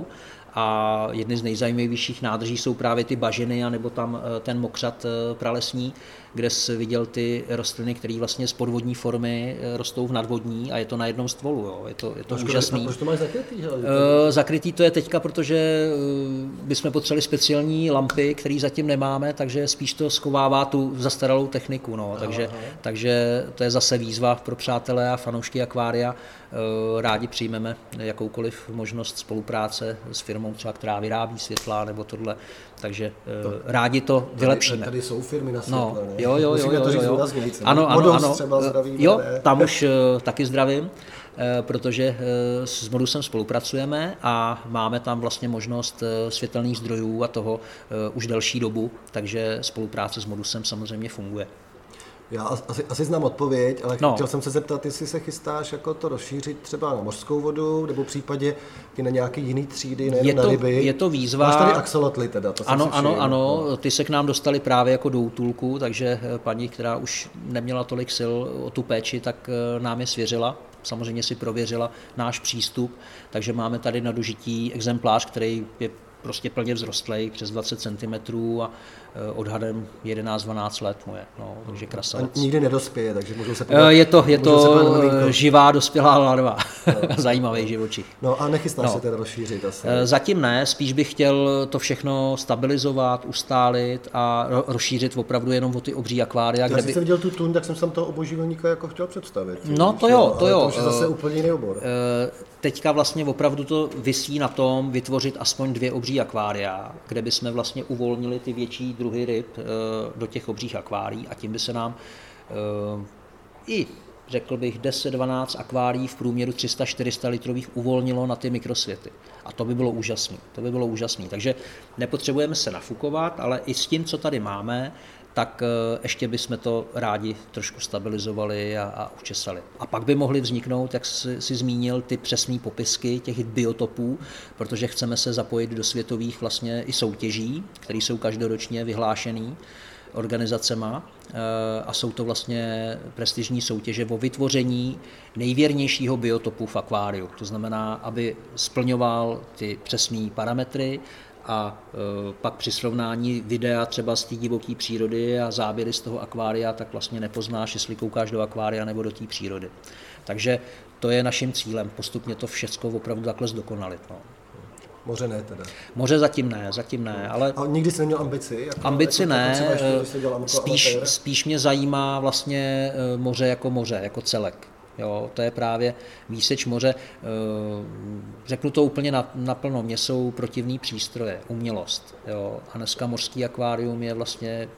A jedny z nejzajímavějších nádrží jsou právě ty bažiny, anebo tam ten mokřad pralesní, kde jsi viděl ty rostliny, které vlastně z podvodní formy rostou v nadvodní a je to na jednom stvolu. Je to úžasný. A proč to máš zakrytý? Zakrytý to je teďka, protože bychom potřebovali speciální lampy, které zatím nemáme, takže spíš to schovává tu zastaralou techniku. Takže to je zase výzva pro přátelé a fanoušky akvária. Rádi přijmeme jakoukoliv možnost spolupráce s firmou, třeba, která vyrábí světla nebo tohle, takže rádi to vylepšíme. Tady jsou firmy na světla, ne? Jo. Musíme to říct zdůraznějíc. Ano. Třeba zdravíme, jo, tam už taky zdravím, protože s Modusem spolupracujeme a máme tam vlastně možnost světelných zdrojů a toho už delší dobu, takže spolupráce s Modusem samozřejmě funguje. Já asi znám odpověď, ale chtěl jsem se zeptat, jestli se chystáš jako to rozšířit třeba na mořskou vodu, nebo v případě i na nějaké jiné třídy, nejen na ryby. Je to výzva. Máš tady axolotly teda, to Ano, ty se k nám dostali právě jako do útulku, takže paní, která už neměla tolik sil o tu péči, tak nám je svěřila. Samozřejmě si prověřila náš přístup, takže máme tady na dožití exemplář, který je prostě plně vzrostlej, přes 20 cm a odhadem 11-12 let mu je, takže krasavec. A nikdy nedospěje, takže můžou se podívat. Je to živá dospělá larva, zajímavý živočich. No a nechystáš se teda rozšířit asi? Zatím ne, spíš bych chtěl to všechno stabilizovat, ustálit a rozšířit opravdu jenom o ty obří akvária. Já jsem viděl tu tun, tak jsem tam toho obojživelníka jako chtěl představit. To jo. To už je zase úplně jiný obor. Teďka vlastně opravdu to visí na tom vytvořit aspoň 2 obří akvária, kde bychom vlastně uvolnili ty větší druhy ryb do těch obřích akvárií a tím by se nám I řekl bych 10-12 akvárií v průměru 300-400 litrových uvolnilo na ty mikrosvěty. A to by bylo úžasné. To by bylo úžasné. Takže nepotřebujeme se nafukovat, ale i s tím, co tady máme, tak ještě bychom to rádi trošku stabilizovali a učesali. A pak by mohly vzniknout, jak si zmínil, ty přesné popisky těch biotopů, protože chceme se zapojit do světových vlastně i soutěží, které jsou každoročně vyhlášené organizacema a jsou to vlastně prestižní soutěže o vytvoření nejvěrnějšího biotopu v akváriu. To znamená, aby splňoval ty přesné parametry a pak při srovnání videa třeba z té divoké přírody a záběry z toho akvária, tak vlastně nepoznáš, jestli koukáš do akvária nebo do té přírody. Takže to je naším cílem, postupně to všechno opravdu takhle zdokonalit. No. Moře ne teda. Moře zatím ne, ale... A nikdy jsi neměl ambici? Ambici ne, spíš mě zajímá vlastně moře, jako celek. Jo, to je právě výseč moře. Řeknu to úplně naplno, mě jsou protivný přístroje, umělost. Jo. A dneska mořský akvárium je vlastně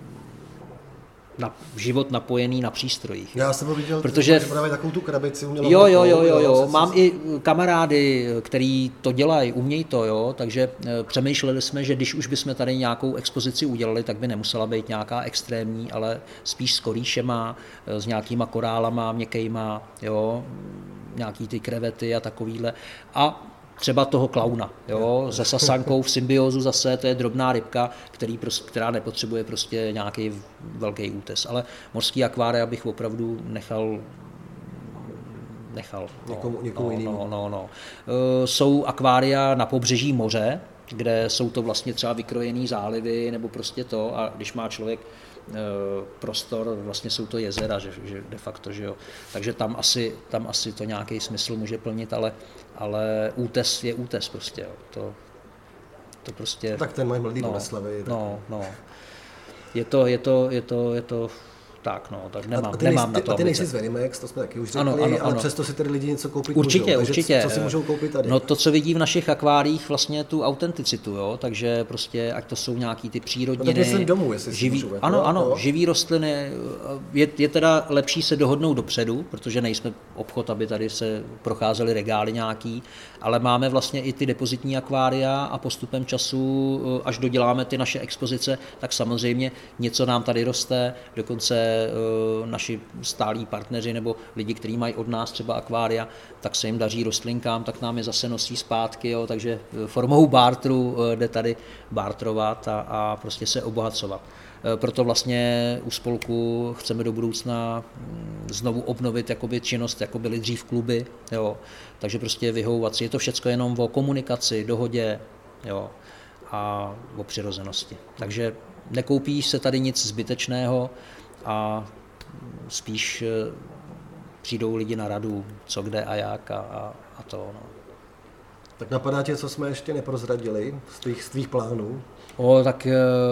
život napojený na přístrojích. Já jsem viděl, protože právě takovou tu krabici umělou. Jo. Mám i kamarády, který to dělají, umějí to, jo, takže přemýšleli jsme, že když už bychom tady nějakou expozici udělali, tak by nemusela být nějaká extrémní, ale spíš s korýšema, s nějakýma korálama, měkkejma, jo, nějaký ty krevety a takovýhle. A třeba toho klauna, jo, se sasankou v symbiózu zase, to je drobná rybka, která nepotřebuje prostě nějaký velký útes. Ale mořský akvária bych opravdu nechal někomu jinému. No. Jsou akvária na pobřeží moře, kde jsou to vlastně třeba vykrojený zálivy nebo prostě to, a když má člověk prostor, vlastně jsou to jezera, že de facto, že jo. Takže tam asi to nějaký smysl může plnit, ale útes je útes prostě, jo. To prostě... Tak ten mají mladý Boleslavy. No. Je to tak, no, tak nemám na to. A ty nejsi z Verimex, to jsme taky už řekli, ale přesto si tady lidi něco koupit určitě, můžou. Určitě. Co si můžou koupit tady? No to, co vidí v našich akváriích, vlastně tu autenticitu, jo, takže prostě, ať to jsou nějaký ty přírodniny, no, domů, jestli živý, ano, živý rostliny, je teda lepší se dohodnout dopředu, protože nejsme obchod, aby tady se procházely regály nějaký, ale máme vlastně i ty depozitní akvária a postupem času, až doděláme ty naše expozice, tak samozřejmě něco nám tady roste, dokonce naši stálí partneři nebo lidi, kteří mají od nás třeba akvária, tak se jim daří rostlinkám, tak nám je zase nosí zpátky, jo, takže formou bartru jde tady bartrovat a prostě se obohacovat. Proto vlastně u spolku chceme do budoucna znovu obnovit jakoby činnost, jako byly dřív kluby, jo, takže prostě vyhovovat si. Je to všecko jenom o komunikaci, dohodě, jo, a o přirozenosti. Takže nekoupí se tady nic zbytečného, a spíš přijdou lidi na radu, co kde a jak a to. No. Tak napadá tě, co jsme ještě neprozradili z tvých plánů? Tak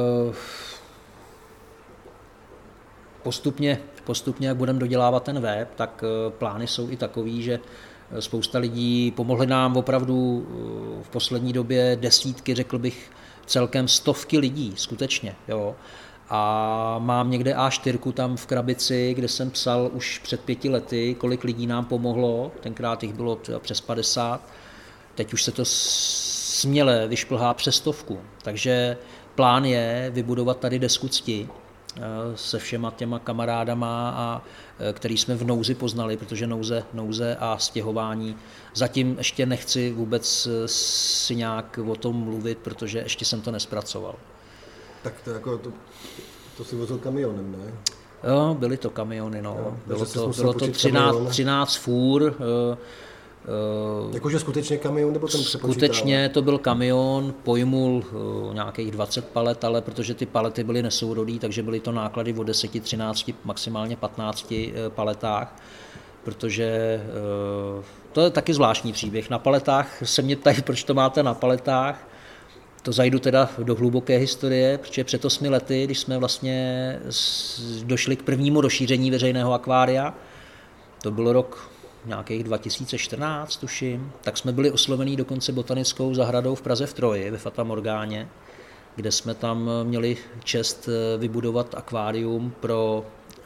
postupně, jak budeme dodělávat ten web, tak plány jsou i takový, že spousta lidí pomohly nám opravdu v poslední době desítky, řekl bych, celkem stovky lidí, skutečně, jo. A mám někde A4 tam v krabici, kde jsem psal už před 5 lety, kolik lidí nám pomohlo, tenkrát jich bylo přes 50, teď už se to směle vyšplhá přes 100. Takže plán je vybudovat tady desku cti se všema těma kamarádama, který jsme v nouzi poznali, protože nouze a stěhování. Zatím ještě nechci vůbec si nějak o tom mluvit, protože ještě jsem to nespracoval. Tak to jako to si vozil kamionem, ne? Jo, byly to kamiony, no. Jo, bylo to 13 fůr. Jakože skutečně kamion, nebo ten přepočítával? Skutečně to byl kamion, pojmul nějakých 20 palet, ale protože ty palety byly nesourodý, takže byly to náklady o 10, 13, maximálně 15 paletách, protože to je taky zvláštní příběh. Na paletách se mě ptají, proč to máte na paletách. To zajdu teda do hluboké historie, protože před 8 lety, když jsme vlastně došli k prvnímu rozšíření veřejného akvária, to byl rok nějakých 2014, tuším, tak jsme byli oslovení dokonce botanickou zahradou v Praze v Troji, ve Fata Morgáně, kde jsme tam měli čest vybudovat akvárium pro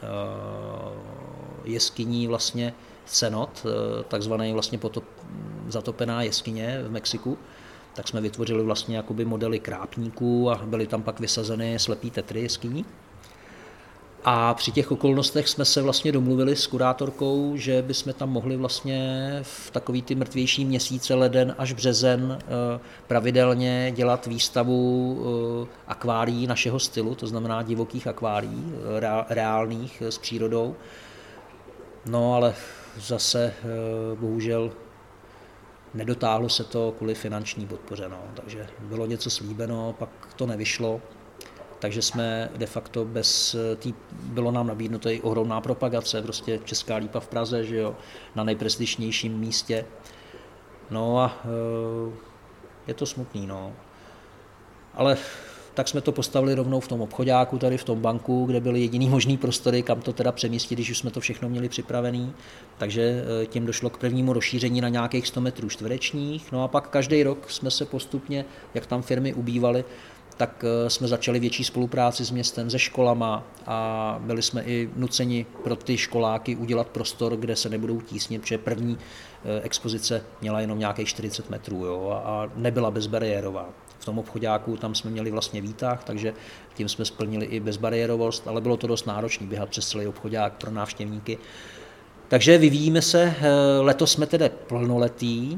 jeskyní vlastně cenot, takzvaný vlastně zatopená jeskyně v Mexiku, tak jsme vytvořili vlastně jakoby modely krápníků a byly tam pak vysazeny slepý tetry jeskyní. A při těch okolnostech jsme se vlastně domluvili s kurátorkou, že bychom tam mohli vlastně v takový ty mrtvější měsíce, leden až březen, pravidelně dělat výstavu akvárií našeho stylu, to znamená divokých akvárií, reálných s přírodou. No ale zase bohužel nedotáhlo se to kvůli finanční podpoře, no. Takže bylo něco slíbeno, pak to nevyšlo. Takže jsme de facto bylo nám nabídnuto i ohromná propagace, prostě Česká lípa v Praze, že jo, na nejprestižnějším místě. No a je to smutný, no. Ale tak jsme to postavili rovnou v tom obchoďáku, tady v tom banku, kde byly jediný možný prostory, kam to teda přemístit, když už jsme to všechno měli připravený. Takže tím došlo k prvnímu rozšíření na nějakých 100 metrů čtverečních. No a pak každý rok jsme se postupně, jak tam firmy ubývaly, tak jsme začali větší spolupráci s městem, se školama a byli jsme i nuceni pro ty školáky udělat prostor, kde se nebudou tísnit, protože první expozice měla jenom nějakých 40 metrů, jo, a nebyla bezbariérová. V tom obchoďáku tam jsme měli vlastně výtah, takže tím jsme splnili i bezbariérovost, ale bylo to dost náročné běhat přes celý obchoďák pro návštěvníky. Takže vyvíjíme se, letos jsme tedy plnoletí,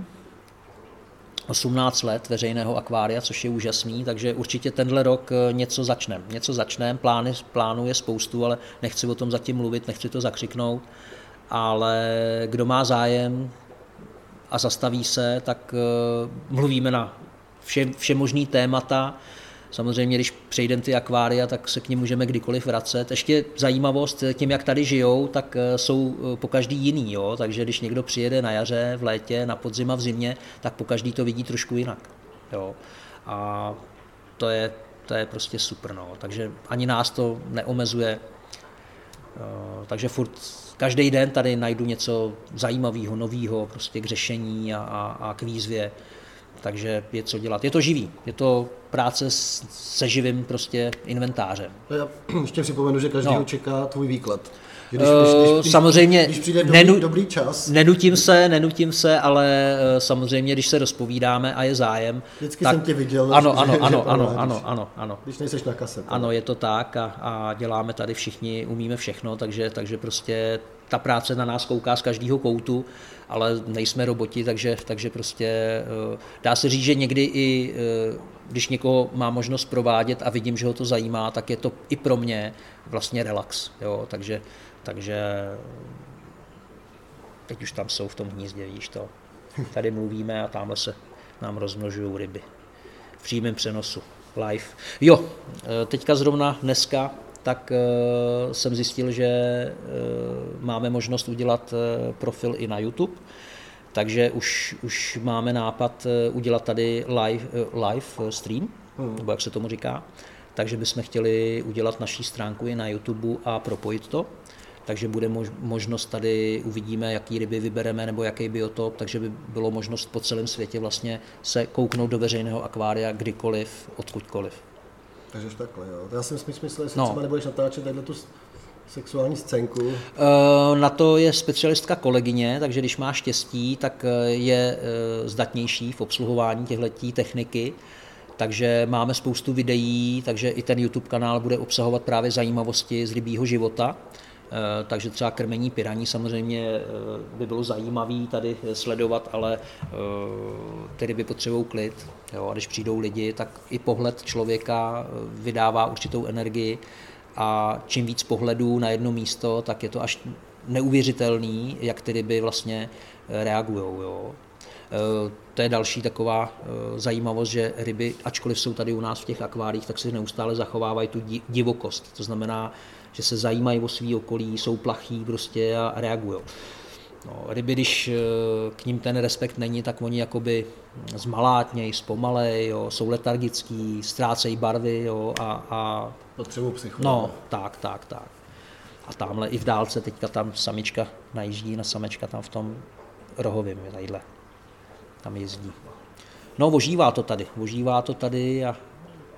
18 let veřejného akvária, což je úžasný, takže určitě tenhle rok něco začneme, plánů je spoustu, ale nechci o tom zatím mluvit, nechci to zakřiknout, ale kdo má zájem a zastaví se, tak mluvíme na všemožný témata. Samozřejmě, když přejdeme ty akvária, tak se k nim můžeme kdykoliv vracet. Ještě zajímavost, tím, jak tady žijou, tak jsou po každý jiný. Jo? Takže když někdo přijede na jaře, v létě, na podzim a v zimě, tak po každý to vidí trošku jinak. Jo? A to je prostě super. No? Takže ani nás to neomezuje. Takže furt každý den tady najdu něco zajímavého, nového, prostě k řešení a k výzvě. Takže je co dělat. Je to živý, je to práce se živým prostě inventářem. Já ještě připomenu, že každý čeká tvůj výklad. Samozřejmě když přijde dobrý čas. Nenutím se, ale samozřejmě, když se rozpovídáme a je zájem. Vždycky jsem tě viděl. Ano. Když nejseš na kase. Ano, je to tak a děláme tady všichni, umíme všechno, takže prostě ta práce na nás kouká z každého koutu, ale nejsme roboti, takže prostě dá se říct, že někdy i když někoho má možnost provádět a vidím, že ho to zajímá, tak je to i pro mě vlastně relax. Jo? Takže teď už tam jsou v tom hnízdě, víš to. Tady mluvíme a tamhle se nám rozmnožují ryby. V přímém přenosu, live. Jo, teďka zrovna dneska tak jsem zjistil, že máme možnost udělat profil i na YouTube, takže už máme nápad udělat tady live stream, nebo jak se tomu říká, takže bychom chtěli udělat naší stránku i na YouTube a propojit to, takže bude možnost tady, uvidíme, jaký ryby vybereme nebo jaký biotop, takže by bylo možnost po celém světě vlastně se kouknout do veřejného akvária kdykoliv, odkudkoliv. Takže takhle, jo. Já jsem myslel, jestli třeba nebudeš natáčet tadyhle tu sexuální scénku. Na to je specialistka kolegyně, takže když má štěstí, tak je zdatnější v obsluhování těchto techniky. Takže máme spoustu videí, takže i ten YouTube kanál bude obsahovat právě zajímavosti z rybího života. Takže třeba krmení piraní samozřejmě by bylo zajímavé tady sledovat, ale ty ryby potřebují klid. Jo, a když přijdou lidi, tak i pohled člověka vydává určitou energii a čím víc pohledů na jedno místo, tak je to až neuvěřitelný, jak ty ryby vlastně reagujou. Jo. To je další taková zajímavost, že ryby, ačkoliv jsou tady u nás v těch akváriích, tak si neustále zachovávají tu divokost. To znamená, že se zajímají o svý okolí, jsou plachý prostě a reagují. No, ryby, když k ním ten respekt není, tak oni jakoby zmalátnějí, zpomalej, jo, jsou letargický, ztrácejí barvy, jo, a potřebují psychologa. No, tak. A tamhle i v dálce teďka tam samička najíždí na samečka tam v tom rohovým, tadyhle. Tam jezdí. No, ožívá to tady a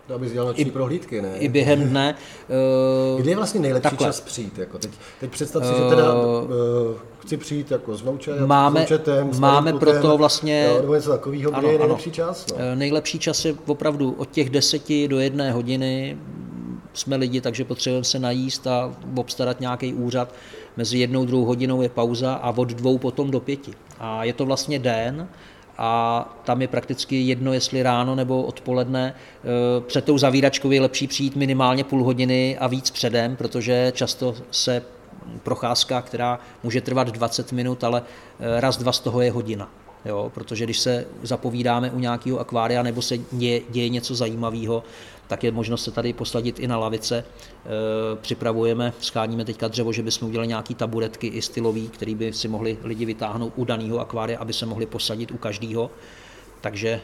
To abys dělal noční prohlídky, ne? I během dne. Kdy je vlastně nejlepší takhle. čas přijít? Jako teď představ si, že teda chci přijít jako s vnoučetem, máme proto vlastně... Jo, nebo něco takového, kdy je nejlepší čas? No. Nejlepší čas je opravdu od těch 10 do 1 hodiny. Jsme lidi, takže potřebujeme se najíst a obstarat nějaký úřad. Mezi 1-2 hodinou je pauza a od 2 potom do 5. A je to vlastně den a tam je prakticky jedno, jestli ráno nebo odpoledne. Před tou zavíračkou je lepší přijít minimálně půl hodiny a víc předem, protože často se procházka, která může trvat 20 minut, ale raz, dva z toho je hodina. Jo, protože když se zapovídáme u nějakého akvária nebo se děje něco zajímavého, tak je možnost se tady posadit i na lavice. Připravujeme, scháníme teďka dřevo, že bychom udělali nějaký taburetky i stylový, který by si mohli lidi vytáhnout u daného akvária, aby se mohli posadit u každého. Takže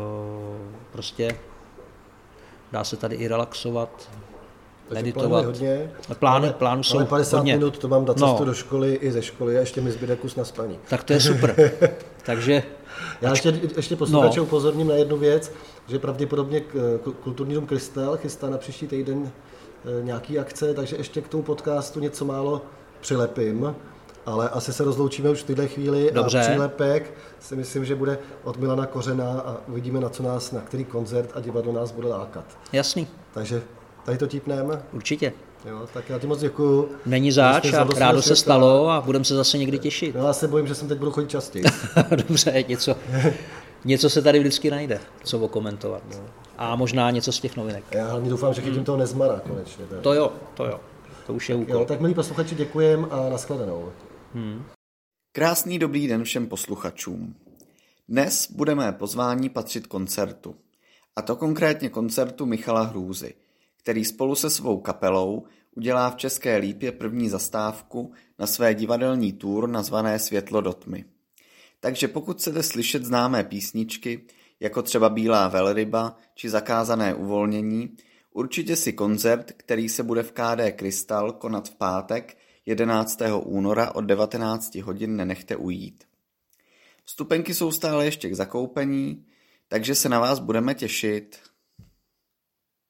prostě dá se tady i relaxovat, meditovat. Plánu jsou 50 hodně. minut, to mám na cestu do školy i ze školy a ještě mi zbyde kus na spaní. Tak to je super. Takže... Já ještě posluchače upozorním na jednu věc, že pravděpodobně Kulturní dům Krystal chystá na příští týden nějaký akce, takže ještě k tomu podcastu něco málo přilepím, ale asi se rozloučíme už v této chvíli. Dobře. A přílepek si myslím, že bude od Milana Kořena a uvidíme, na který koncert a divadlo nás bude lákat. Jasný. Takže tady to típneme. Určitě. Jo, tak já ti moc děkuju. Není zač a rádo se stalo a budeme se zase někdy těšit. No, já se bojím, že sem teď budu chodit častěji. Dobře, něco se tady vždycky najde, co okomentovat. No. A možná něco z těch novinek. Já hlavně doufám, že chytím toho Nezmara konečně. Tak. To jo. To už je úkol. Jo, tak milí posluchači, děkujem a nashledanou. Krásný dobrý den všem posluchačům. Dnes budeme pozváni patřit koncertu. A to konkrétně koncertu Michala Hrůzy, který spolu se svou kapelou udělá v České Lípě první zastávku na své divadelní tour nazvané Světlo do tmy. Takže pokud chcete slyšet známé písničky, jako třeba Bílá velryba či Zakázané uvolnění, určitě si koncert, který se bude v KD Krystal konat v pátek 11. února od 19 hodin nenechte ujít. Vstupenky jsou stále ještě k zakoupení, takže se na vás budeme těšit.